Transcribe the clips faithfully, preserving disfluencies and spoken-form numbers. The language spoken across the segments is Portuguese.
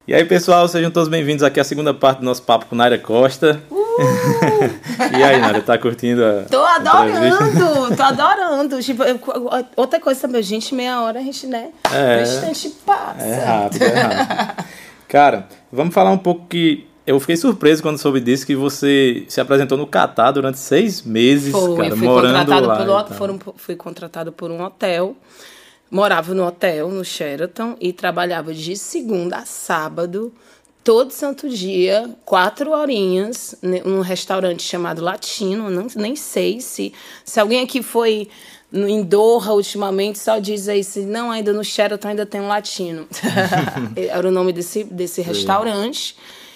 E aí, pessoal, sejam todos bem-vindos aqui à segunda parte do nosso papo com Naira Costa. Uh! E aí, Naira, tá curtindo a Tô adorando, tô adorando. Tipo, eu, outra coisa também, gente, meia hora a gente, né? É, o instante passa. É rápido, é rápido. Cara, vamos falar um pouco que... Eu fiquei surpreso quando soube disso, que você se apresentou no Catar durante seis meses, Foi, cara, fui morando contratado lá. Pelo, então. foram, fui contratado por um hotel. Morava no hotel, no Sheraton, e trabalhava de segunda a sábado, todo santo dia, quatro horinhas, num restaurante chamado Latino. Não, nem sei se, se alguém aqui foi no, em Doha ultimamente, só diz aí, se não, ainda no Sheraton ainda tem um Latino. Era o nome desse, desse restaurante.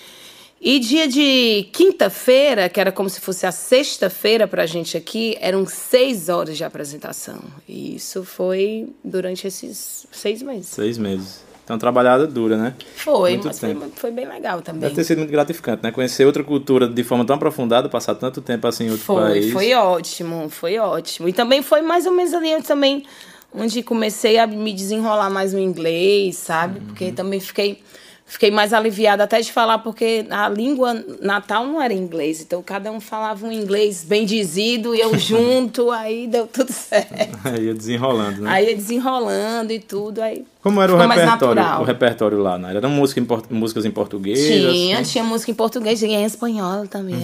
E dia de quinta-feira, que era como se fosse a sexta-feira pra gente aqui, eram seis horas de apresentação. E isso foi durante esses seis meses. Seis meses. Então, trabalhada dura, né? Foi, muito mas foi, foi bem legal também. Deve ter sido muito gratificante, né? Conhecer outra cultura de forma tão aprofundada, passar tanto tempo assim em outro foi, país. Foi ótimo, foi ótimo. E também foi mais ou menos ali onde, também, onde comecei a me desenrolar mais no inglês, sabe? Uhum. Porque também fiquei... Fiquei mais aliviada até de falar, porque a língua natal não era inglês. Então, cada um falava um inglês bem dizido e eu junto, aí deu tudo certo. Aí ia desenrolando, né? Aí ia desenrolando e tudo, aí Como era o ficou mais repertório, natural. o repertório lá, né? Era música em port- músicas em português? Tinha, assim? tinha música em português e em espanhol também.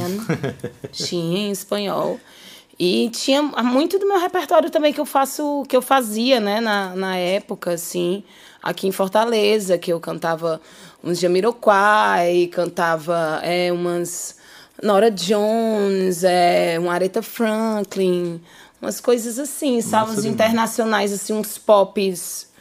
Tinha em espanhol. E tinha muito do meu repertório também que eu faço, que eu fazia, né, na, na época, assim, aqui em Fortaleza, que eu cantava uns Jamiroquai, cantava é, umas Nora Jones, é, uma Aretha Franklin, umas coisas assim, sabe, uns internacionais, assim, uns pops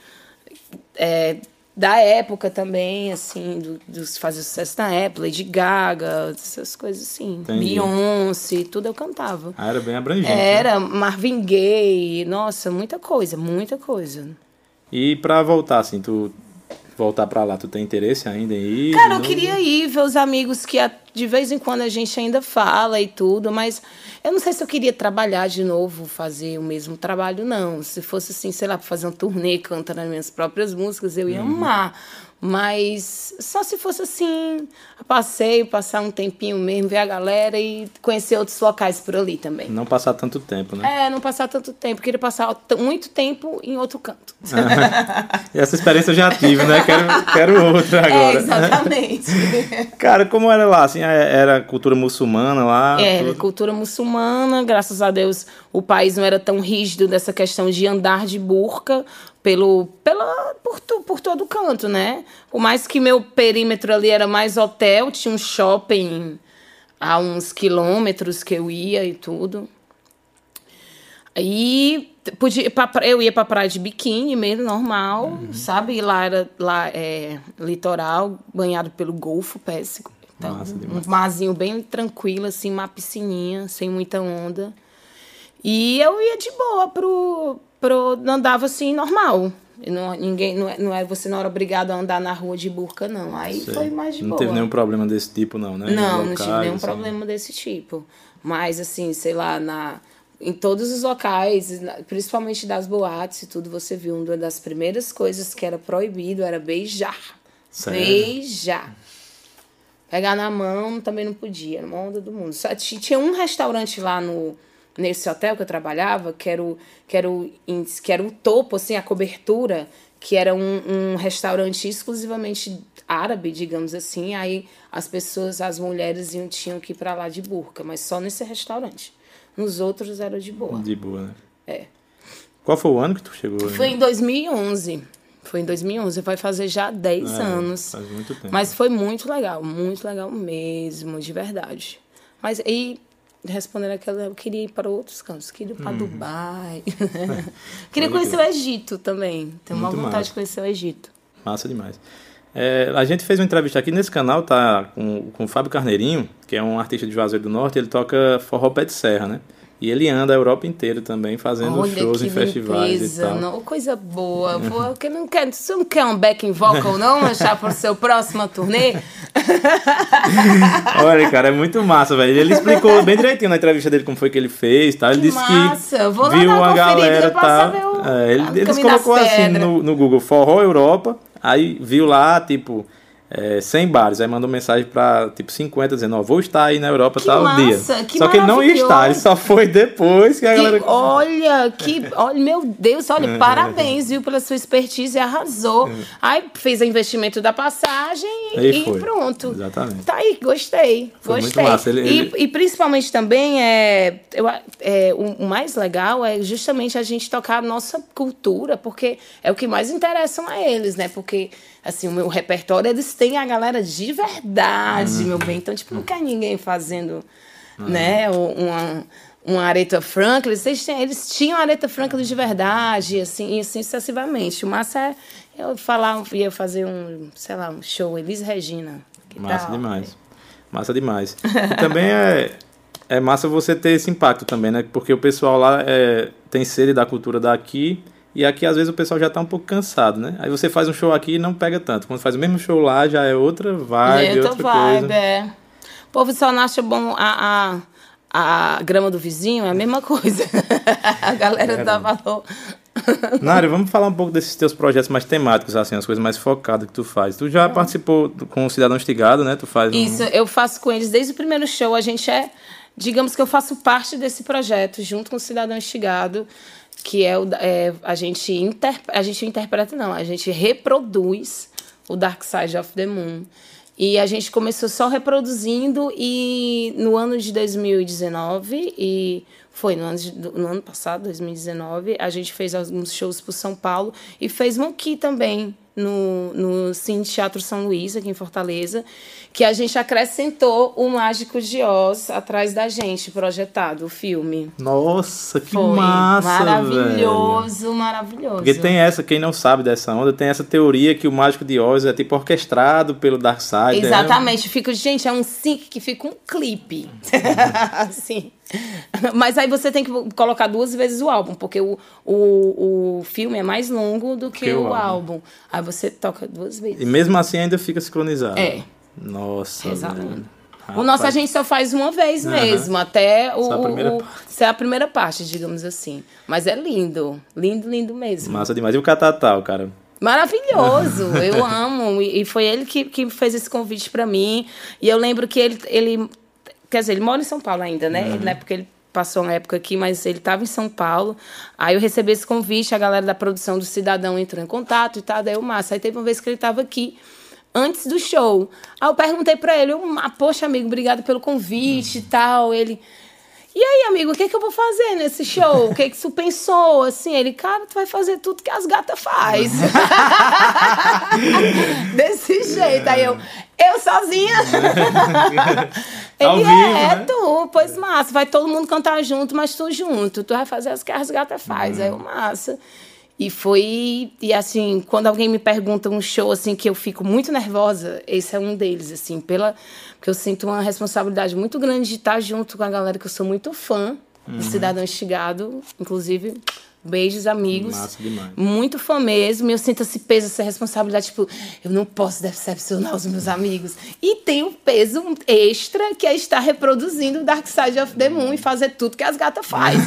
é, da época também, assim, do, dos que faziam sucesso na época, Lady Gaga, essas coisas assim, Entendi. Beyoncé, tudo eu cantava. Ah, era bem abrangente. Era, né? Marvin Gaye, nossa, muita coisa, muita coisa. E pra voltar, assim, tu voltar pra lá, tu tem interesse ainda em ir? Cara, eu novo? queria ir ver os amigos que de vez em quando a gente ainda fala e tudo, mas eu não sei se eu queria trabalhar de novo, fazer o mesmo trabalho, não. Se fosse assim, sei lá, pra fazer um turnê cantando as minhas próprias músicas, eu ia uhum. amar. Mas só se fosse assim, a passeio, passar um tempinho mesmo, ver a galera e conhecer outros locais por ali também. Não passar tanto tempo, né? É, não passar tanto tempo. Queria passar muito tempo em outro canto. E essa experiência eu já tive, né? Quero, quero outra agora. É, exatamente. Cara, como era lá? Assim, era cultura muçulmana lá? Era tudo? cultura muçulmana. Graças a Deus, o país não era tão rígido dessa questão de andar de burca pelo, pela, por, tu, por todo canto, né? Por mais que meu perímetro ali era mais hotel, tinha um shopping a uns quilômetros que eu ia e tudo. Aí podia, eu ia pra praia de biquíni mesmo, normal, uhum. sabe? E lá era lá, é, litoral, banhado pelo Golfo Pérsico. Então, um marzinho bem tranquilo, assim, uma piscininha, sem muita onda. E eu ia de boa pro... pro andava assim, normal. Não, ninguém, não, não era, você não era obrigado a andar na rua de burca, não. Aí Sei. Foi mais de não boa. Não teve nenhum problema desse tipo, não, né? Não, locais, não tive nenhum assim. problema desse tipo. Mas, assim, sei lá, na... em todos os locais, principalmente das boates e tudo, você viu uma das primeiras coisas que era proibido, era beijar. Sério? Beijar. Pegar na mão também não podia, era uma onda do mundo. Só tinha um restaurante lá no, nesse hotel que eu trabalhava, que era o, que era o, que era o topo, assim, a cobertura, que era um, um restaurante exclusivamente árabe, digamos assim. Aí as pessoas, as mulheres iam, tinham que ir pra lá de burca, mas só nesse restaurante. Nos outros era de boa. De boa, né? É. Qual foi o ano que tu chegou? Foi né? em dois mil e onze. Foi em dois mil e onze. Vai fazer já dez é, anos. Faz muito tempo. Mas foi muito legal. Muito legal mesmo, de verdade. Mas aí, respondendo aquela, eu queria ir para outros cantos. Queria ir para uhum. Dubai. Queria conhecer o Egito também. Tenho uma vontade massa. de conhecer o Egito. Massa demais. É, a gente fez uma entrevista aqui nesse canal, tá, com, com o Fábio Carneirinho, que é um artista de Juazeiro do Norte. Ele toca forró pé de serra, né? E ele anda a Europa inteira também, fazendo Olha, shows em festivais limpeza, e tal. Não, coisa boa. Uhum. Pô, não quer, você não quer um backing vocal, não? Achar para o seu próximo turnê? Olha, cara, é muito massa, velho. Ele explicou bem direitinho na entrevista dele como foi que ele fez, tá? Ele que disse massa. que Vou viu uma galera, tá? O, é, ele, eles colocou assim no, no Google, forró Europa, aí viu lá, tipo... é, cem bares. Aí mandou mensagem pra, tipo, cinquenta, dizendo, ó, vou estar aí na Europa Que tal massa, dia. que Só que ele não ia estar, ele só foi depois que a Que- galera... olha, que, olha, meu Deus, olha, parabéns, viu, pela sua expertise, arrasou. Aí fez o investimento da passagem Aí e foi. pronto. Exatamente. Tá aí, gostei, Foi gostei. muito massa, ele- e, ele- e principalmente também, é, eu, a- é, o, o mais legal é justamente a gente tocar a nossa cultura, porque é o que mais interessa a eles, né? Porque, assim, o meu repertório, eles têm a galera de verdade, meu bem. Então, tipo, não quer ninguém fazendo, né, uma... uma Aretha Franklin, eles, têm, eles tinham Aretha Franklin de verdade, assim, e assim sucessivamente. O massa é eu falar, ia fazer um, sei lá, um show, Elis Regina. Que Massa tal? demais. Massa demais. E também é, é massa você ter esse impacto também, né? Porque o pessoal lá é, tem sede da cultura daqui e aqui às vezes o pessoal já tá um pouco cansado, né? Aí você faz um show aqui e não pega tanto. Quando faz o mesmo show lá já é outra vibe, Outra outra vibe, coisa. é. O povo só não acha bom a, a, a grama do vizinho, é a mesma coisa. A galera dá valor. Nária, vamos falar um pouco desses teus projetos mais temáticos, assim, as coisas mais focadas que tu faz. Tu já participou do- com o Cidadão Instigado, né? Tu faz um... Isso, eu faço com eles desde o primeiro show. A gente é, digamos que eu faço parte desse projeto, junto com o Cidadão Instigado, que é, o, é a gente inter, a gente interpreta, não, a gente reproduz o Dark Side of the Moon. E a gente começou só reproduzindo e no ano de dois mil e dezenove, e foi no ano, de, no ano passado, dois mil e dezenove, a gente fez alguns shows por São Paulo e fez um aqui também, no, no Cine Teatro São Luís, aqui em Fortaleza, que a gente acrescentou o Mágico de Oz atrás da gente, projetado, o filme. Nossa, que Foi massa, velho. maravilhoso, maravilhoso. Porque tem essa, quem não sabe dessa onda, tem essa teoria que o Mágico de Oz é tipo orquestrado pelo Darkseid. Exatamente, fica, gente, é um sync que fica um clipe. Assim. Mas aí você tem que colocar duas vezes o álbum, porque o, o, o filme é mais longo do que, Que o o álbum. álbum. Aí você toca duas vezes. E mesmo assim ainda fica sincronizado. É. Nossa, Exatamente. velho. O nosso a Rapaz. gente só faz uma vez Aham. mesmo, até o, Só a primeira o, parte. ser a primeira parte, digamos assim. Mas é lindo, lindo, lindo mesmo. Massa demais. E o Catatal, cara? Maravilhoso, eu amo. E e foi ele que, que fez esse convite pra mim. E eu lembro que ele, ele. Quer dizer, ele mora em São Paulo ainda, né? Ele, não é porque ele passou uma época aqui, mas ele estava em São Paulo. Aí eu recebi esse convite, a galera da produção do Cidadão entrou em contato e tal. Daí o massa. Aí teve uma vez que ele estava aqui, antes do show. Aí eu perguntei pra ele, eu, ah, poxa, amigo, obrigado pelo convite e tal. Ele. E aí, amigo, o que, que eu vou fazer nesse show? O que, que tu pensou? Assim, ele, cara, tu vai fazer tudo que as gatas faz. Desse jeito. Aí eu, eu sozinha? Ao Ele vivo, é, né? tu, pois massa. Vai todo mundo cantar junto, mas tu junto. Tu vai fazer as que as gatas faz. Aí eu, massa. E foi, e assim, quando alguém me pergunta um show, assim, que eu fico muito nervosa, esse é um deles, assim, pela, porque eu sinto uma responsabilidade muito grande de estar junto com a galera que eu sou muito fã, do Cidadão Instigado, inclusive, beijos, amigos. Massa demais. Muito fã mesmo, e eu sinto esse peso, essa responsabilidade, tipo, eu não posso decepcionar os meus amigos. E tem um peso extra, que é estar reproduzindo o Dark Side of the Moon e fazer tudo que as gatas fazem.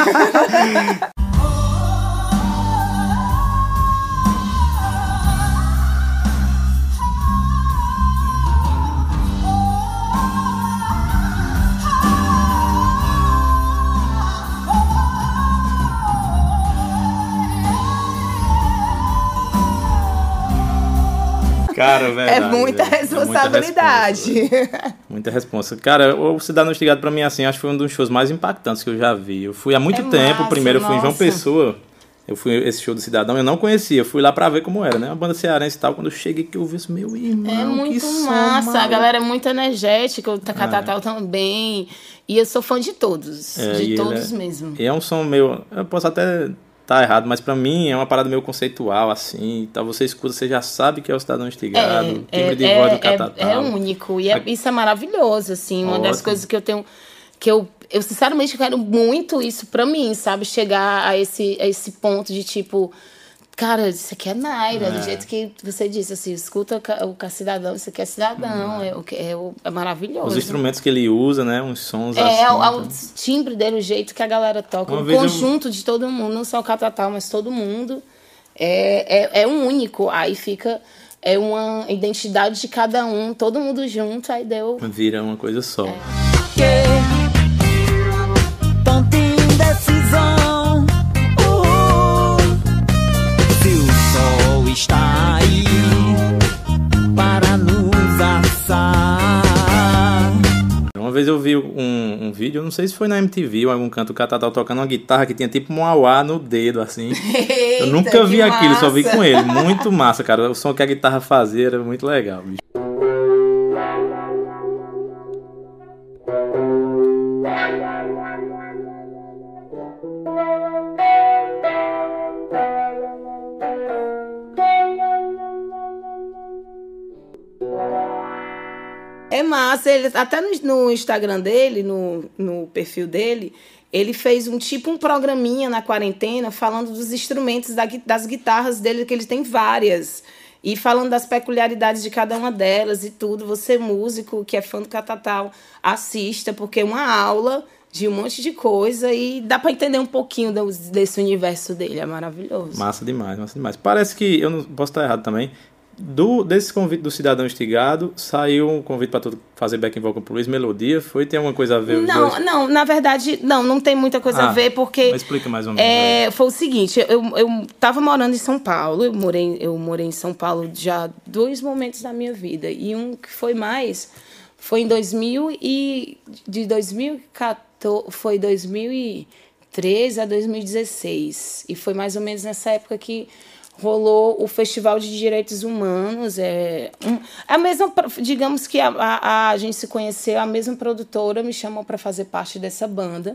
Cara, verdade. É muita velho. responsabilidade. É muita responsa. Muita responsa. Cara, o Cidadão Instigado pra mim, assim, acho que foi um dos shows mais impactantes que eu já vi. Eu fui há muito É tempo, massa, primeiro eu fui em João nossa. Pessoa. Eu fui esse show do Cidadão, eu não conhecia, eu fui lá pra ver como era, né? Uma banda cearense e tal, quando eu cheguei que eu vi isso, meu irmão, É que muito som, massa, a maluco. galera é muito energética, o Tacatatau também. E eu sou fã de todos, É, e de ele todos é- mesmo. E é um som meio, eu posso até estar errado, mas pra mim é uma parada meio conceitual, assim, então você escuta, você já sabe que é o Cidadão Instigado, timbre de voz do Catatal. é, é único, e é- isso é maravilhoso, assim, uma das Ótimo. coisas que eu tenho, que eu, eu sinceramente quero muito isso pra mim, sabe, chegar a esse, a esse ponto de tipo, cara, isso aqui é Naira, É. do jeito que você disse, assim, escuta o, ca- o ca- cidadão, isso aqui é cidadão, é, o que- é, o- é maravilhoso. Os instrumentos que ele usa, né, uns sons É, assim. é o, é então. o timbre dele, o jeito que a galera toca, Uma o vez eu- conjunto de todo mundo, não só o Catatal, mas todo mundo, é, é, é um único. Aí fica, é uma identidade de cada um, todo mundo junto, aí deu... Vira uma coisa só. É. Tanta indecisão, uh, se o sol está aí para nos assar. Uma vez eu vi um, um vídeo, eu não sei se foi na M T V ou em algum canto, o cara tava tocando uma guitarra que tinha tipo um auá no dedo, assim. Eita, eu nunca vi aquilo, massa. Só vi com ele. Muito massa, cara. O som que a guitarra fazia era muito legal, bicho. É massa, ele, até no, no Instagram dele, no, no perfil dele, ele fez um tipo um programinha na quarentena falando dos instrumentos da, das guitarras dele, que ele tem várias, e falando das peculiaridades de cada uma delas e tudo. Você, músico, que é fã do Catatal, assista, porque é uma aula de um monte de coisa e dá pra entender um pouquinho desse universo dele, é maravilhoso. Massa demais, massa demais. Parece que, eu não posso estar errado também, Do, desse convite do Cidadão Instigado, saiu um convite para tu fazer backing vocal pro Luiz Melodia. Foi? Tem alguma coisa a ver? Não, dois? não, na verdade, não, não tem muita coisa ah, a ver, porque... Mas explica mais ou menos. É, é. foi o seguinte, eu, eu tava morando em São Paulo, eu morei, eu morei em São Paulo já dois momentos da minha vida, e um que foi mais, foi em dois mil e... de dois mil e quatorze, foi dois mil e treze a dois mil e dezesseis, e foi mais ou menos nessa época que rolou o Festival de Direitos Humanos. É um, a mesma, digamos que a, a, a gente se conheceu, a mesma produtora me chamou para fazer parte dessa banda,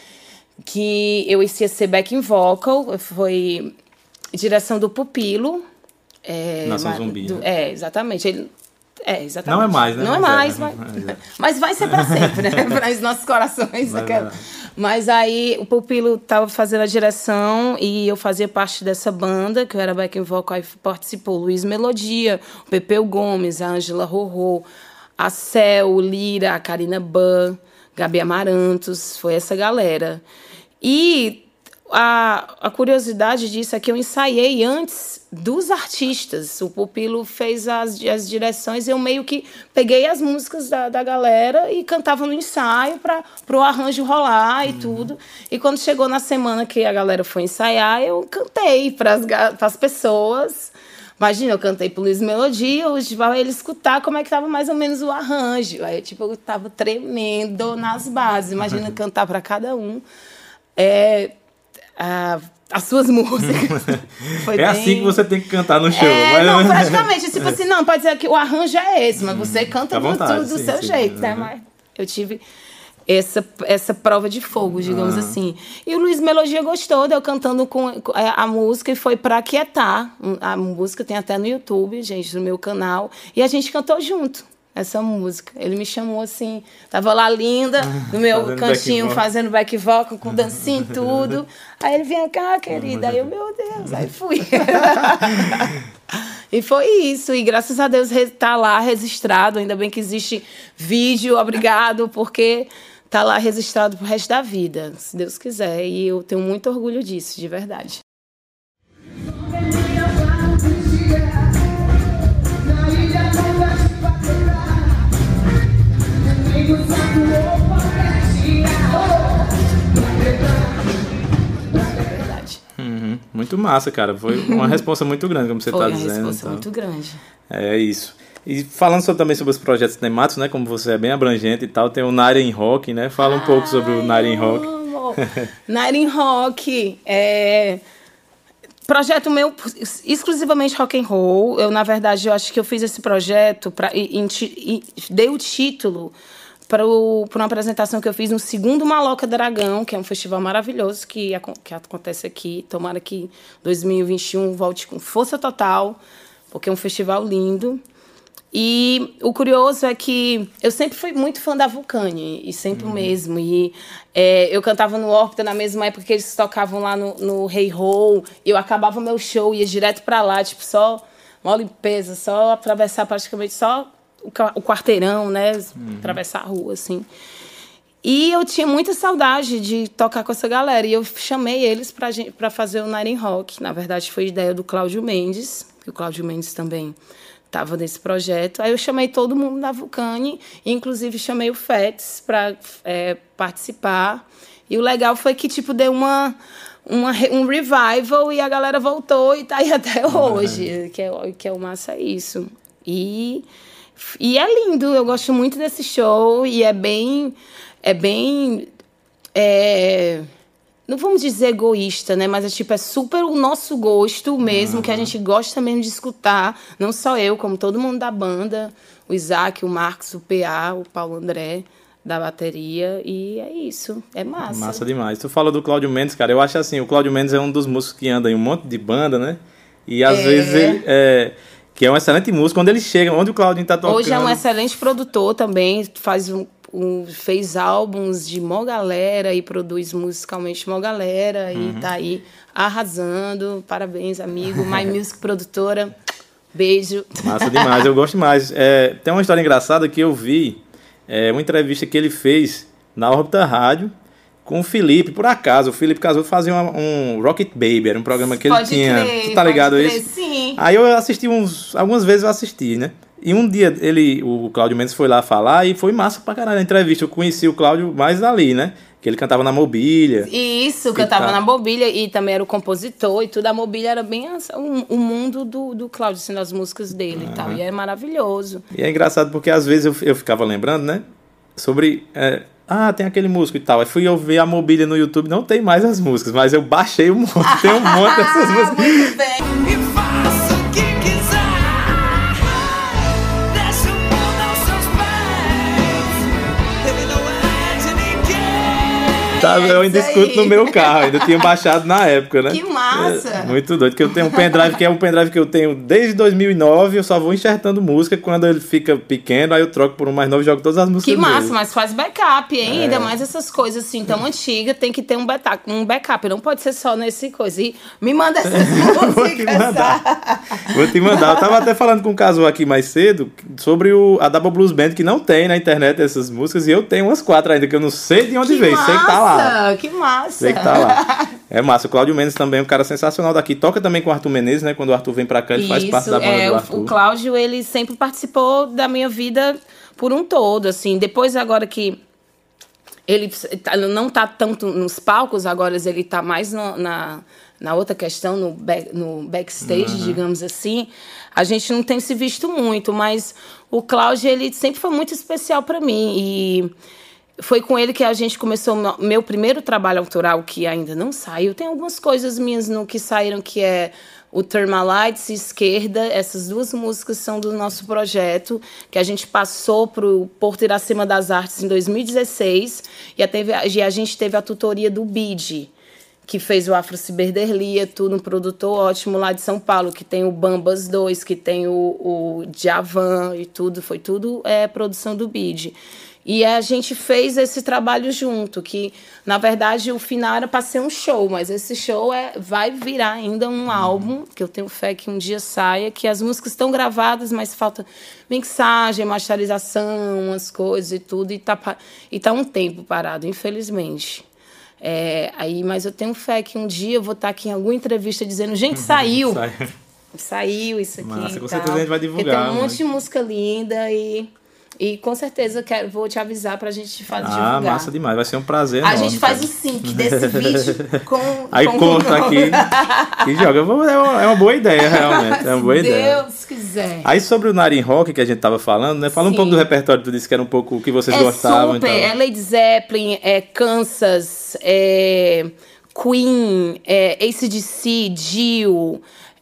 que eu ia ser backing vocal, foi direção do Pupilo. É, Nação Zumbi. Do, né? É, exatamente. Ele, é, exatamente. Não é mais, né? Não é mais, mas, mas, mas vai ser para sempre, né? Para os nossos corações. Mas, aquela... mas aí o Pupilo estava fazendo a direção e eu fazia parte dessa banda, que eu era backing vocal, aí participou o Luiz Melodia, o Pepeu Gomes, a Ângela Rorô, a Cel, o Lira, a Karina Ban, Gabi Amarantos, foi essa galera. E a, a curiosidade disso é que eu ensaiei antes dos artistas. O Pupilo fez as, as direções e eu meio que peguei as músicas da, da galera e cantava no ensaio para o arranjo rolar e uhum. tudo. E quando chegou na semana que a galera foi ensaiar, eu cantei para as pessoas. Imagina, eu cantei pro Luiz Melodia, hoje vai ele escutar como é que tava mais ou menos o arranjo. Aí, tipo, eu tava tremendo nas bases. Imagina uhum. cantar para cada um. É... A, as suas músicas. Foi é bem... assim que você tem que cantar no show. É, mas... não, praticamente. Tipo assim, não, pode dizer que o arranjo é esse, mas você canta do, vontade, do, do sim, seu sim, jeito, sim. né? Mas eu tive essa, essa prova de fogo, digamos ah. assim. E o Luiz Melodia gostou de eu cantando com, com a música e foi pra Aquietar. A música tem até no YouTube, gente, no meu canal. E a gente cantou junto essa música. Ele me chamou assim, tava lá linda, no meu fazendo cantinho, back fazendo back vocal, com dancinha e tudo. Aí ele, vem cá, querida. Aí eu, meu Deus, aí fui. E foi isso. E graças a Deus tá lá registrado. Ainda bem que existe vídeo, obrigado, porque tá lá registrado pro resto da vida, se Deus quiser. E eu tenho muito orgulho disso, de verdade. Uhum. Muito massa, cara. Foi uma responsa muito grande, como você está dizendo. Foi uma responsa então. muito grande. É isso. E falando sobre, também sobre os projetos cinemáticos, né? Como você é bem abrangente e tal, tem o Night in Rock, né? Fala um Ai, pouco sobre o Night in Rock. Night in Rock é projeto meu exclusivamente rock and roll. Eu, na verdade, eu acho que eu fiz esse projeto para dei o título para uma apresentação que eu fiz no segundo Maloca Dragão, que é um festival maravilhoso que, que acontece aqui. Tomara que dois mil e vinte e um volte com força total, porque é um festival lindo. E o curioso é que eu sempre fui muito fã da Vulcane, e sempre uhum. mesmo. E é, eu cantava no Órbita na mesma época que eles tocavam lá no, no Hey Ho, e eu acabava meu show, ia direto para lá, tipo, só uma limpeza, só atravessar praticamente só o quarteirão, né? Uhum. Atravessar a rua, assim. E eu tinha muita saudade de tocar com essa galera. E eu chamei eles para fazer o Night in Rock. Na verdade, foi ideia do Cláudio Mendes, que o Cláudio Mendes também estava nesse projeto. Aí eu chamei todo mundo da Vulcane, inclusive chamei o Fets para é, participar. E o legal foi que, tipo, deu uma, uma, um revival e a galera voltou e tá aí até hoje, uhum. que, é, que é o massa isso. E, e é lindo, eu gosto muito desse show e é bem... É bem é, não vamos dizer egoísta, né? Mas é, tipo, é super o nosso gosto mesmo, uhum. que a gente gosta mesmo de escutar. Não só eu, como todo mundo da banda. O Isaac, o Marcos, o P A, o Paulo André... da bateria, e é isso, é massa. Massa demais. Tu fala do Cláudio Mendes, cara, eu acho assim, o Cláudio Mendes é um dos músicos que anda em um monte de banda, né? E às é. vezes ele é, que é um excelente músico, quando ele chega, onde o Claudinho tá tocando... Hoje é um excelente produtor também, faz um, um, fez álbuns de mó galera e produz musicalmente mó galera, uhum. e tá aí arrasando, parabéns, amigo, My Music produtora, beijo. Massa demais, eu gosto demais. É, tem uma história engraçada que eu vi, é uma entrevista que ele fez na Órbita Rádio com o Felipe, por acaso. O Felipe Casulo fazia uma, um Rocket Baby, era um programa que pode ele tinha. Crer, tu tá ligado a isso? Sim. Aí eu assisti uns. Algumas vezes eu assisti, né? E um dia ele, o Cláudio Mendes foi lá falar e foi massa pra caralho a entrevista. Eu conheci o Cláudio mais ali, né? Que ele cantava na Mobília. Isso, cantava tá... na Mobília e também era o compositor e tudo. A Mobília era bem o, o mundo do, do Cláudio, assim, das músicas dele ah. e tal. E era maravilhoso. E é engraçado porque às vezes eu, eu ficava lembrando, né? Sobre... É, ah, tem aquele músico e tal. Aí fui eu ver a Mobília no YouTube, não tem mais as músicas, mas eu baixei um monte, tem um monte dessas músicas. Muito bem. E faço o que quiser. Deixa o mundo aos seus pés. Ele não é de ninguém. Tá, eu ainda escuto no meu carro, ainda tinha baixado na época, né? Que massa! É, muito doido, que eu tenho um pendrive que é um pendrive que eu tenho desde dois mil e nove, eu só vou enxertando música, quando ele fica pequeno, aí eu troco por um mais novo e jogo todas as músicas Que massa, dele. mas faz backup, hein? É. Ainda mais essas coisas assim tão antigas, tem que ter um backup, um backup, não pode ser só nesse coisa. E me manda essas músicas. Vou te mandar. Vou te mandar. Eu tava até falando com um casal aqui mais cedo sobre o, a Double Blues Band, que não tem na internet essas músicas, e eu tenho umas quatro ainda, que eu não sei de onde que veio, massa, sei que tá lá. Que massa! Sei que tá lá. É massa. O Cláudio Mendes também é um cara sensacional daqui. Toca também com o Arthur Menezes, né? Quando o Arthur vem pra cá, ele Isso, faz parte da banda é, do o, Arthur. O Cláudio, ele sempre participou da minha vida por um todo, assim. Depois, agora que ele não tá tanto nos palcos, agora ele tá mais no, na, na outra questão, no, back, no backstage, uhum. digamos assim. A gente não tem se visto muito, mas o Cláudio, ele sempre foi muito especial pra mim. E foi com ele que a gente começou o meu primeiro trabalho autoral, que ainda não saiu. Tem algumas coisas minhas no que saíram, que é o Thermalites e Esquerda. Essas duas músicas são do nosso projeto, que a gente passou para o Porto Iracema das Artes em dois mil e dezesseis. E a, teve, e a gente teve a tutoria do Bid, que fez o Afro Ciberderlia, tudo, um produtor ótimo lá de São Paulo, que tem o Bambas dois, que tem o, o Djavan e tudo. Foi tudo é, produção do Bid. E a gente fez esse trabalho junto, que, na verdade, o final era para ser um show, mas esse show é, vai virar ainda um álbum, que eu tenho fé que um dia saia, que as músicas estão gravadas, mas falta mixagem, masterização, umas coisas e tudo, e tá, e tá um tempo parado, infelizmente. É, aí, mas eu tenho fé que um dia eu vou estar aqui em alguma entrevista dizendo, gente, saiu! Saiu, saiu isso aqui. Massa, com tal. certeza a gente vai divulgar. Porque tem um monte mas... de música linda e... E com certeza quero, vou te avisar pra gente fazer, ah, divulgar. Ah, massa demais. Vai ser um prazer. A enorme, gente faz cara. o sync desse vídeo com... Aí com conta aqui e joga. É uma, é uma boa ideia, realmente. É uma boa Se ideia. Deus quiser. Aí sobre o Narin Rock que a gente tava falando, né? Fala Sim. um pouco do repertório. Tu disse que era um pouco o que vocês é gostavam. Super. Então. É Led Zeppelin, é Kansas, é Queen, é A C D C, Dio,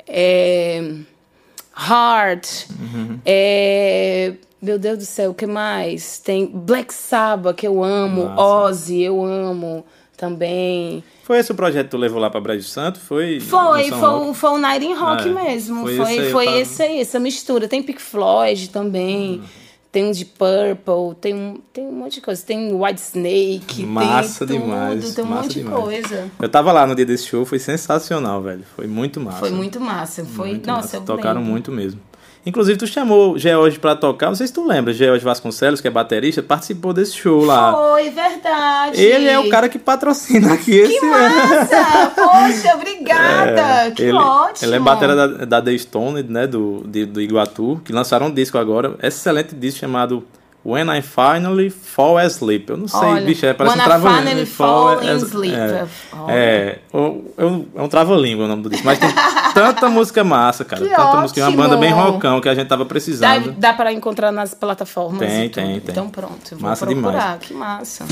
é Heart, uhum. é... Meu Deus do céu, o que mais? Tem Black Sabbath, que eu amo. Nossa. Ozzy, eu amo também. Foi esse o projeto que tu levou lá pra Brejo Santo? Foi Foi, foi, foi o Night in Rock é, mesmo. Foi, foi, esse, aí, foi tava... esse aí, essa mistura. Tem Pink Floyd também. Hum. Tem um de Purple, tem um, tem um monte de coisa. Tem White Snake, massa tem demais, tudo, tem um massa monte demais. de coisa. Eu tava lá no dia desse show, foi sensacional, velho. Foi muito massa. Foi muito massa. Foi, muito nossa, massa. eu Tocaram lembro. muito mesmo. Inclusive, tu chamou o George pra tocar, não sei se tu lembra, George Vasconcelos, que é baterista, participou desse show lá. Foi, verdade. Ele é o cara que patrocina aqui que esse massa! Poxa, obrigada! É, que ele, ótimo! ele é batera da, da The Stone, né, do, de, do Iguatu, que lançaram um disco agora, excelente disco chamado When I Finally Fall Asleep. Eu não sei, Olha, bicho, é, parece When um trava-língua. I Finally Fall Asleep. É, Olha. é, é, um, é um trava-língua o nome do disco, mas tem tanta música massa, cara. Que tanta ótimo. música, uma banda bem rockão que a gente tava precisando. Dá, dá pra encontrar nas plataformas? Tem, e tudo. tem, tem. Então pronto, eu vou Massa procurar. demais. Que massa.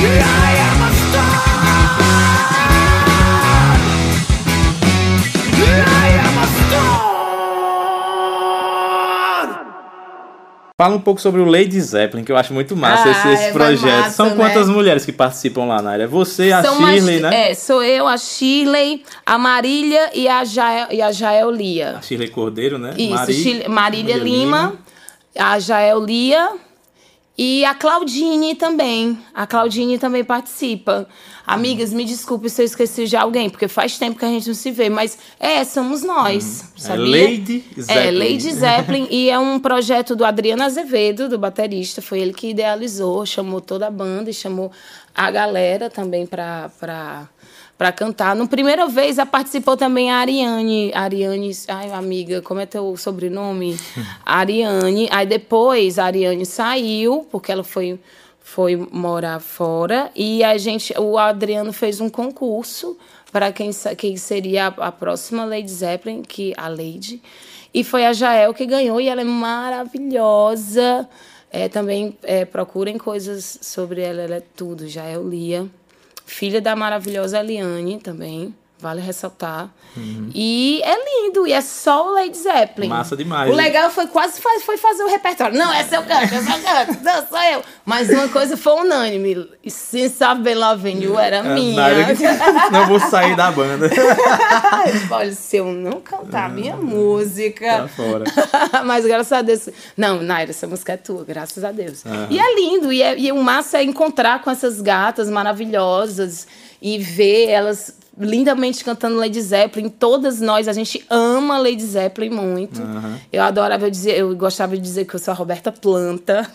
Fala um pouco sobre o Lady Zeppelin, que eu acho muito massa Ah, esse, esse é, projeto. massa, São né? quantas mulheres que participam lá na área? Você, a São Shirley, umas- né? É, sou eu, a Shirley, a Marília e a, Jael, e a Jael Lia. A Shirley Cordeiro, né? Isso, Mari- Shirley- Marília Marília Lima, a Jael Lia e a Claudine também. A Claudine também participa. Amigas, me desculpe se eu esqueci de alguém, porque faz tempo que a gente não se vê, mas é, somos nós, É sabia? Lady É, Zeppelin. Lady Zeppelin, e é um projeto do Adriano Azevedo, do baterista, foi ele que idealizou, chamou toda a banda e chamou a galera também pra, pra, pra cantar. No primeira vez, a participou também a Ariane, Ariane, ai amiga, como é teu sobrenome? Ariane, aí depois a Ariane saiu, porque ela foi... foi morar fora e a gente, o Adriano fez um concurso para quem, quem seria a, a próxima Lady Zeppelin, que a Lady, e foi a Jael que ganhou e ela é maravilhosa. É, também é, procurem coisas sobre ela, ela é tudo. Jael Lia, filha da maravilhosa Eliane também. Vale ressaltar. Uhum. E é lindo, e é só o Lady Zeppelin. Massa demais. O legal foi quase faz, foi fazer o repertório. Não, essa eu canto, essa eu canto, não, sou eu. Mas uma coisa foi unânime. Since I've Been Loving You era É, minha. não vou sair da banda. Olha, se eu não cantar minha música... Tá fora. Mas graças a Deus... Não, Naira, essa música é tua, graças a Deus. Uhum. E é lindo, e, é, e o massa é encontrar com essas gatas maravilhosas e ver elas... lindamente cantando Lady Zeppelin. Todas nós, a gente ama Lady Zeppelin muito. Uhum. Eu adorava dizer, eu gostava de dizer que eu sou a Roberta Planta.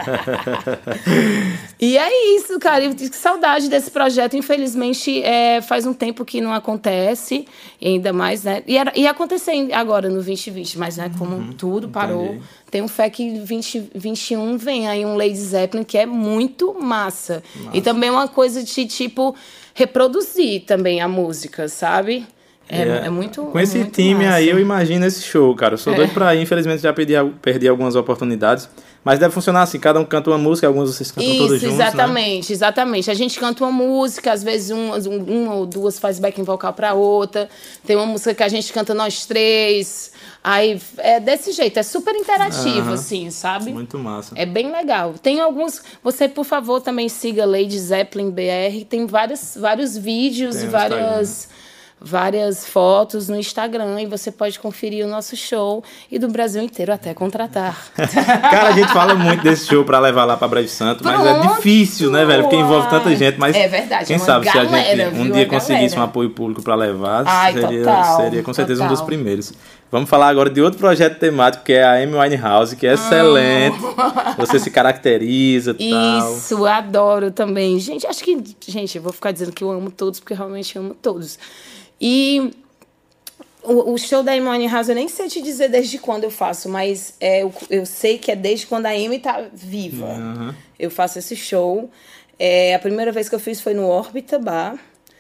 E é isso, cara. Eu tive saudade desse projeto. Infelizmente, é, faz um tempo que não acontece, ainda mais, né? E era, ia acontecer agora no vinte e vinte, mas né, como uhum. tudo parou. Entendi. Tenho fé que vinte e vinte e um vem aí um Lady Zeppelin que é muito massa. massa. E também uma coisa de tipo reproduzir também a música, sabe? É, é, é muito Com esse muito time massa. aí, eu imagino esse show, cara. Eu sou é. doido pra ir, infelizmente já perdi, perdi algumas oportunidades. Mas deve funcionar assim, cada um canta uma música, alguns vocês cantam Isso, todos juntos, exatamente, né? exatamente. A gente canta uma música, às vezes um, um, uma ou duas faz backing vocal pra outra. Tem uma música que a gente canta nós três. Aí é desse jeito, é super interativo, uhum. assim, sabe? Muito massa. É bem legal. Tem alguns... Você, por favor, também siga Lady Zeppelin B R. Tem vários, vários vídeos e várias... várias fotos no Instagram e você pode conferir o nosso show e do Brasil inteiro até contratar. Cara, a gente fala muito desse show pra levar lá pra Breve Santo, mas é difícil, né, velho? Porque envolve tanta gente, mas é verdade, quem é sabe galera, se a gente um viu, dia a conseguisse galera. um apoio público pra levar, Ai, seria, total, seria com certeza total. um dos primeiros. Vamos falar agora de outro projeto temático, que é a Amy Winehouse, que é excelente. Oh. Você se caracteriza e tal. Isso, adoro também. Gente, acho que... Gente, eu vou ficar dizendo que eu amo todos, porque eu realmente amo todos. E... O, o show da Amy Winehouse, eu nem sei te dizer desde quando eu faço, mas é, eu, eu sei que é desde quando a Amy tá viva. Uhum. Eu faço esse show. É, a primeira vez que eu fiz foi no Orbita Bar.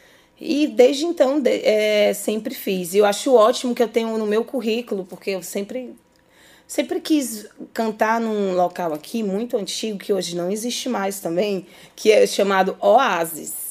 E desde então, de, é, sempre fiz. E eu acho ótimo que eu tenho no meu currículo, porque eu sempre, sempre quis cantar num local aqui muito antigo, que hoje não existe mais também, que é chamado Oasis.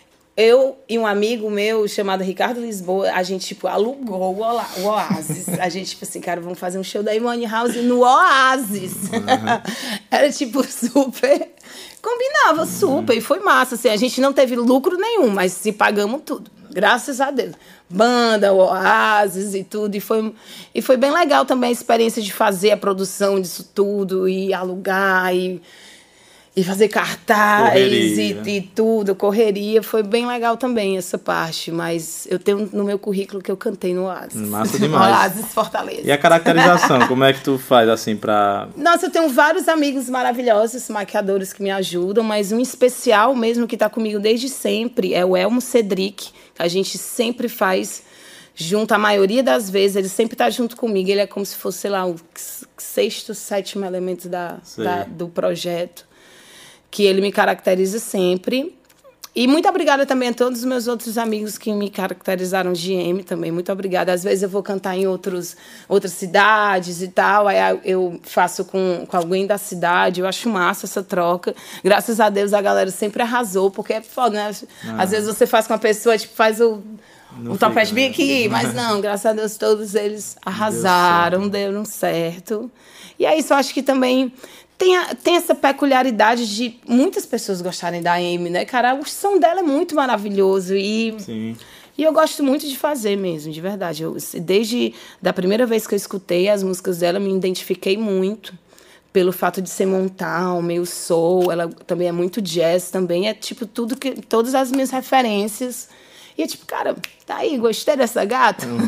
Eu e um amigo meu chamado Ricardo Lisboa, a gente, tipo, alugou o Oasis. A gente, tipo assim, cara, vamos fazer um show da Amy Winehouse no Oasis. Uhum. Era, tipo, super... Combinava super, uhum. E foi massa, assim. A gente não teve lucro nenhum, mas se pagamos tudo. Graças a Deus. Banda, Oasis e tudo. E foi, e foi bem legal também a experiência de fazer a produção disso tudo e alugar e... E fazer cartaz Correria. e, e tudo, correria. Foi bem legal também essa parte. Mas eu tenho no meu currículo que eu cantei no Oasis. Massa demais. Oasis Fortaleza. E a caracterização, como é que tu faz, assim, pra... Nossa, eu tenho vários amigos maravilhosos, maquiadores que me ajudam, mas um especial mesmo que tá comigo desde sempre é o Elmo Cedric, que a gente sempre faz junto, a maioria das vezes, ele sempre tá junto comigo, ele é como se fosse, sei lá, o sexto, sétimo elemento da, da, do projeto, que ele me caracteriza sempre. E muito obrigada também a todos os meus outros amigos que me caracterizaram de M também. Muito obrigada. Às vezes eu vou cantar em outros, outras cidades e tal. Aí eu faço com, com alguém da cidade. Eu acho massa essa troca. Graças a Deus a galera sempre arrasou, porque é foda, né? Ah. Às vezes você faz com uma pessoa, tipo, faz o, o topete bem aqui. Mas não, graças a Deus todos eles arrasaram, deram certo. E é isso, eu acho que também... Tem, a, tem essa peculiaridade de muitas pessoas gostarem da Amy, né, cara? O som dela é muito maravilhoso e, Sim. e eu gosto muito de fazer mesmo, de verdade. Eu, desde da primeira vez que eu escutei as músicas dela, me identifiquei muito pelo fato de ser montal, meio soul. Ela também é muito jazz, também é tipo tudo que... Todas as minhas referências. E é tipo, cara, tá aí, gostei dessa gata. Hum.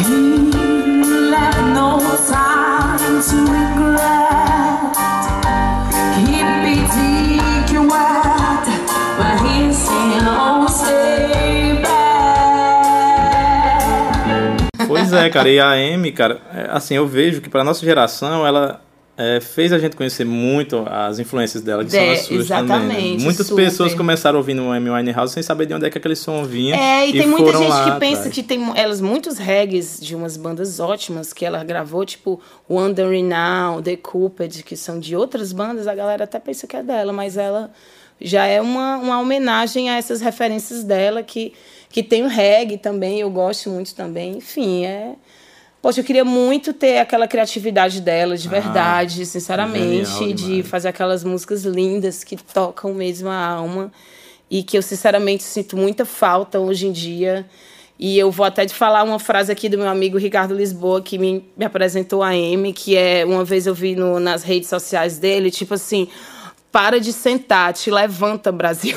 Pois é, cara, e a Amy, cara, assim, eu vejo que pra nossa geração, ela é, fez a gente conhecer muito as influências dela, que de, são as suas exatamente, também, né? Muitas super. pessoas começaram ouvindo o Amy Winehouse sem saber de onde é que aquele som vinha. É, e, e tem muita gente que lá, pensa atrás. que tem elas muitos reggaes de umas bandas ótimas que ela gravou, tipo Wandering Now, The Cupid, que são de outras bandas, a galera até pensa que é dela, mas ela já é uma, uma homenagem a essas referências dela, que, que tem o reggae também, eu gosto muito também, enfim, é... Poxa, eu queria muito ter aquela criatividade dela, de verdade, ah, sinceramente, de fazer aquelas músicas lindas que tocam mesmo a alma e que eu, sinceramente, sinto muita falta hoje em dia. E eu vou até te falar uma frase aqui do meu amigo Ricardo Lisboa, que me, me apresentou a Amy, que é, uma vez eu vi no, nas redes sociais dele, tipo assim... Para de sentar, te levanta, Brasil.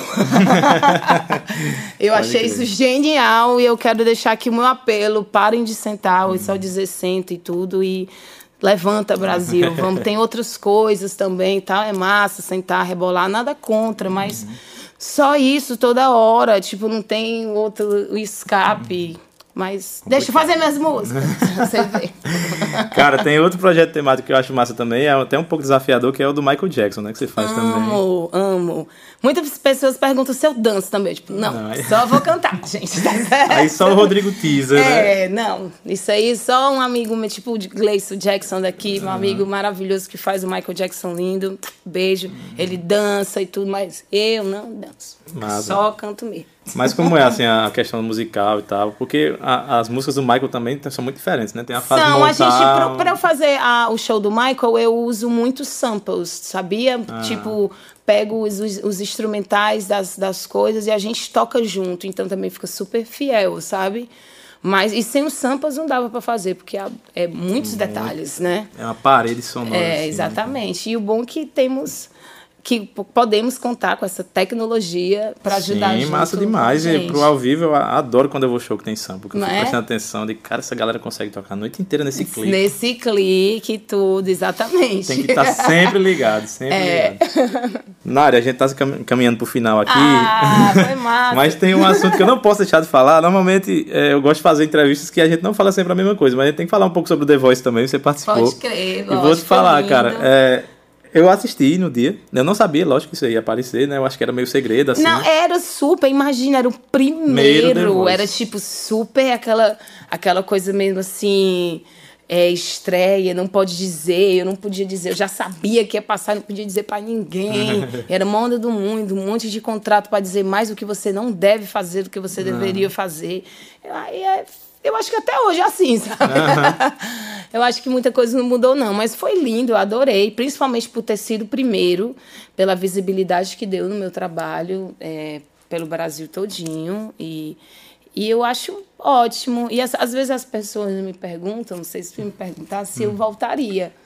Eu Pode achei crer. Isso genial e eu quero deixar aqui o meu apelo. Parem de sentar, ou só dizer senta e tudo. E levanta, Brasil. Vamos, tem outras coisas também, tá? É massa sentar, rebolar, nada contra, mas uhum. só isso toda hora. Tipo, não tem outro escape. Mas complicado. Deixa eu fazer minhas músicas. Você vê. Cara, tem outro projeto temático que eu acho massa também, é até um pouco desafiador, que é o do Michael Jackson, né? Que você faz amo, também. Amo, amo. Muitas pessoas perguntam se eu danço também. Tipo, não, não aí... só vou cantar, gente. Tá certo? Aí só o Rodrigo teaser, né? É, não. Isso aí só um amigo meu, tipo o Gleison Jackson daqui, meu uhum. amigo maravilhoso que faz o Michael Jackson lindo. Beijo. Uhum. Ele dança e tudo, mas eu não danço. Massa. Só canto mesmo. Mas como é assim a questão musical e tal? Porque a, as músicas do Michael também são muito diferentes, né? Tem a fase Não, montar... a gente, para eu fazer a, o show do Michael, eu uso muitos samples, sabia? Ah. Tipo, pego os, os, os instrumentais das, das coisas e a gente toca junto, então também fica super fiel, sabe? Mas, e sem os samples não dava para fazer, porque é, é muitos Muito. detalhes, né? É uma parede sonora. É, assim, exatamente. Né? E o bom é que temos... que podemos contar com essa tecnologia para ajudar a gente. Sim, massa demais. E pro ao vivo eu adoro quando eu vou show que tem sample, porque eu fico é? prestando atenção de, cara, essa galera consegue tocar a noite inteira nesse clique. Nesse clique, tudo, exatamente. Tem que estar sempre ligado, sempre é. ligado. Nária, a gente tá caminhando pro final aqui. Ah, foi massa. Mas tem um assunto que eu não posso deixar de falar. Normalmente é, eu gosto de fazer entrevistas que a gente não fala sempre a mesma coisa, mas a gente tem que falar um pouco sobre o The Voice também, você participou. Pode crer, lógico. E vou te falar, cara, é... Eu assisti no dia, eu não sabia, lógico que isso ia aparecer, né? Eu acho que era meio segredo, assim. Não, era super, imagina, era o primeiro, era tipo super aquela, aquela coisa mesmo assim, é, estreia, não pode dizer, eu não podia dizer, eu já sabia que ia passar, não podia dizer pra ninguém. Era uma onda do mundo, um monte de contrato pra dizer mais o que você não deve fazer do que você não. deveria fazer. Aí é... Eu acho que até hoje é assim, sabe? Uhum. Eu acho que muita coisa não mudou, não. Mas foi lindo, eu adorei. Principalmente por ter sido o primeiro, pela visibilidade que deu no meu trabalho, é, pelo Brasil todinho. E, e eu acho ótimo. E as, às vezes as pessoas me perguntam, não sei se me perguntar, se eu voltaria.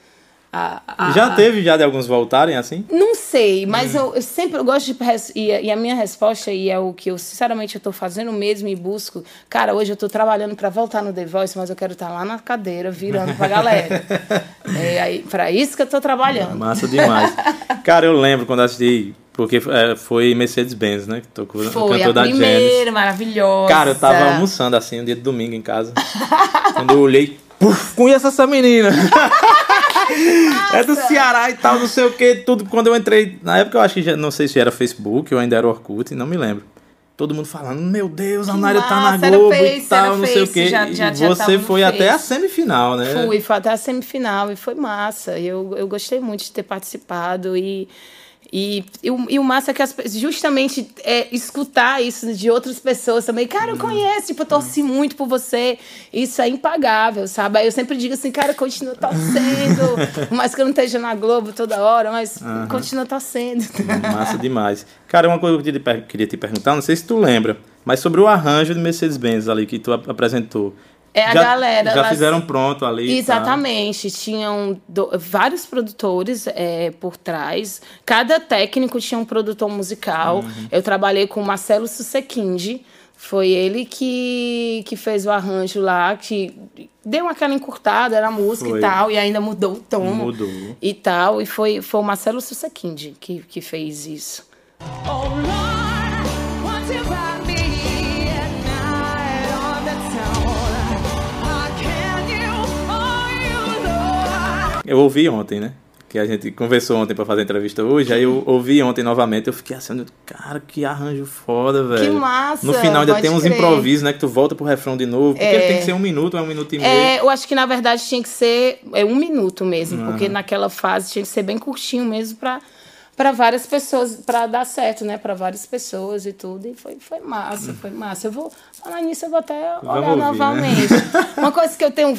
A, a, já teve já de alguns voltarem assim? Não sei, mas hum. eu, eu sempre eu gosto de... E, e a minha resposta, e é o que eu sinceramente eu tô fazendo mesmo e busco... Cara, hoje eu tô trabalhando para voltar no The Voice, mas eu quero estar lá na cadeira, virando pra galera. É aí, pra isso que eu tô trabalhando. Massa demais. Cara, eu lembro quando assisti... Porque é, foi Mercedes-Benz, né? Que tocou, foi cantor a da primeira, maravilhosa. Cara, eu tava almoçando assim, um dia de domingo em casa. Quando eu olhei... Puf, conheço essa menina. É do Ceará e tal, não sei o que, tudo. Quando eu entrei, na época eu acho que já, não sei se era Facebook ou ainda era Orkut, não me lembro. Todo mundo falando, meu Deus, a Nária tá na Globo face, e tal, não sei o que. Já, já, e já você foi até a semifinal, né? Fui, foi até a semifinal e foi massa. Eu, eu gostei muito de ter participado e... E, e, o, e o massa é que as, justamente é, escutar isso de outras pessoas também. Cara, eu conheço, tipo, eu torci muito por você. Isso é impagável, sabe? Aí eu sempre digo assim, cara, continua torcendo. Por mais que eu não esteja na Globo toda hora, mas uhum. continua torcendo. Massa demais. Cara, uma coisa que eu queria te, queria te perguntar, não sei se tu lembra, mas sobre o arranjo de Mercedes-Benz ali que tu apresentou. É a já, galera. Já elas... fizeram pronto ali. Exatamente. Tá? Tinham do... vários produtores é, por trás. Cada técnico tinha um produtor musical. Uhum. Eu trabalhei com o Marcelo Susequinde. Foi ele que, que fez o arranjo lá, que deu aquela encurtada na música foi. E tal, e ainda mudou o tom. Mudou. E tal. E foi, foi o Marcelo Susequinde que, que fez isso. Oh, Lord, what about me? Eu ouvi ontem, né? Que a gente conversou ontem pra fazer a entrevista hoje. Aí eu ouvi ontem novamente. Eu fiquei assim, cara, que arranjo foda, velho. Que massa. No final ainda tem uns crer. improvisos, né? Que tu volta pro refrão de novo. Porque é. ele tem que ser um minuto, é um minuto e meio. É, eu acho que na verdade tinha que ser é, um minuto mesmo. Uhum. Porque naquela fase tinha que ser bem curtinho mesmo pra, pra várias pessoas, pra dar certo, né? Pra várias pessoas e tudo. E foi, foi massa, foi massa. Eu vou falar nisso, eu vou até olhar ouvir, novamente. Né? Uma coisa que eu tenho.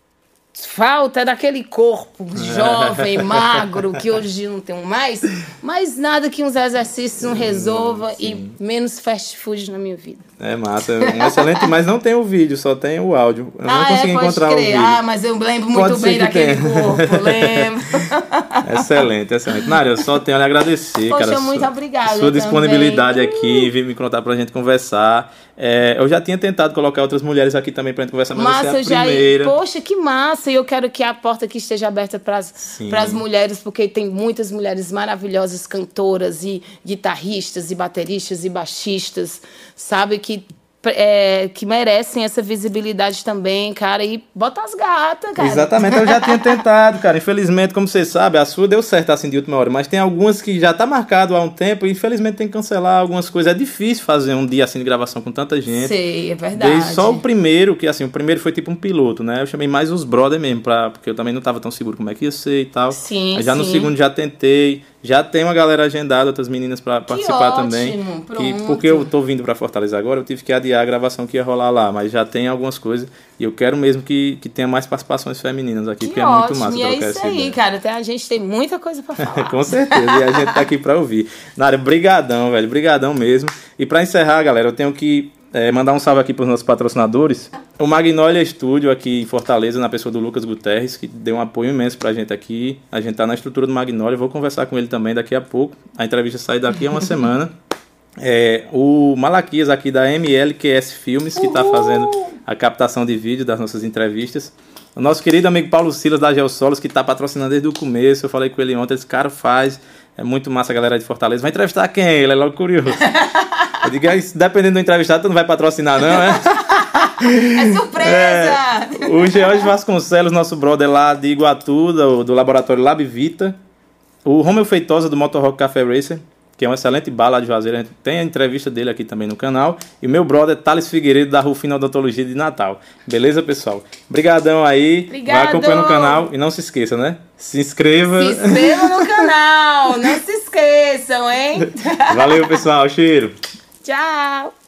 Falta daquele corpo jovem, magro, que hoje não tem mais, mas nada que uns exercícios não resolva e menos fast food na minha vida. É massa, é um excelente, mas não tem o vídeo, só tem o áudio. Eu ah, não consegui é, encontrar crer. o vídeo. Ah, mas eu lembro muito pode bem daquele tenha. corpo, lembro. Excelente, excelente. Nária, eu só tenho a lhe agradecer, Poxa, cara. muito sua, obrigada. Sua disponibilidade também. aqui, vir me contar pra gente conversar. É, eu já tinha tentado colocar outras mulheres aqui também pra gente conversar, mas massa, você é a primeira. Já, poxa, que massa! E eu quero que a porta aqui esteja aberta para as mulheres, porque tem muitas mulheres maravilhosas, cantoras e guitarristas e bateristas e baixistas, sabe? Que, é, que merecem essa visibilidade também, cara. E bota as gatas, cara. Exatamente, eu já tinha tentado, cara. Infelizmente, como você sabe, a sua deu certo assim de última hora, mas tem algumas que já tá marcado há um tempo e infelizmente tem que cancelar algumas coisas. É difícil fazer um dia assim de gravação com tanta gente. Sei, é verdade. Desde só o primeiro, que assim, o primeiro foi tipo um piloto, né? Eu chamei mais os brother mesmo, pra, porque eu também não tava tão seguro como é que ia ser e tal. Sim, Aí já sim. no segundo já tentei. Já tem uma galera agendada, outras meninas pra participar ótimo, também. Pronto. Que, porque eu tô vindo pra Fortaleza agora, eu tive que adiar a gravação que ia rolar lá, mas já tem algumas coisas e eu quero mesmo que, que tenha mais participações femininas aqui, que porque ótimo. é muito massa. E é isso aí, ideia. Cara, até a gente tem muita coisa pra falar. Com certeza, e a gente tá aqui pra ouvir. Nária, brigadão, velho, brigadão mesmo. E pra encerrar, galera, eu tenho que é, mandar um salve aqui pros nossos patrocinadores. O Magnolia Studio aqui em Fortaleza, na pessoa do Lucas Guterres, que deu um apoio imenso pra gente aqui. A gente tá na estrutura do Magnolia, eu vou conversar com ele também daqui a pouco. A entrevista sai daqui a uma semana. É, o Malaquias aqui da M L Q S Filmes, que está fazendo a captação de vídeo das nossas entrevistas. O nosso querido amigo Paulo Silas da Geossolos, que está patrocinando desde o começo. Eu falei com ele ontem, esse cara faz, é muito massa a galera de Fortaleza. Vai entrevistar quem? Ele é logo curioso. Eu digo, dependendo do entrevistado, tu não vai patrocinar não, é? É surpresa! É, o George Vasconcelos, nosso brother lá de Iguatu, do, do laboratório Lab Vita. O Romeu Feitosa, do Motor Rock Café Racer, que é um excelente bar lá de Juazeiro. A gente tem a entrevista dele aqui também no canal. E o meu brother, Thales Figueiredo, da Rufina Odontologia de Natal. Beleza, pessoal? Obrigadão aí. Obrigado. Vai acompanhando o canal. E não se esqueça, né? Se inscreva. Se inscreva no canal. Não se esqueçam, hein? Valeu, pessoal. Cheiro. Tchau.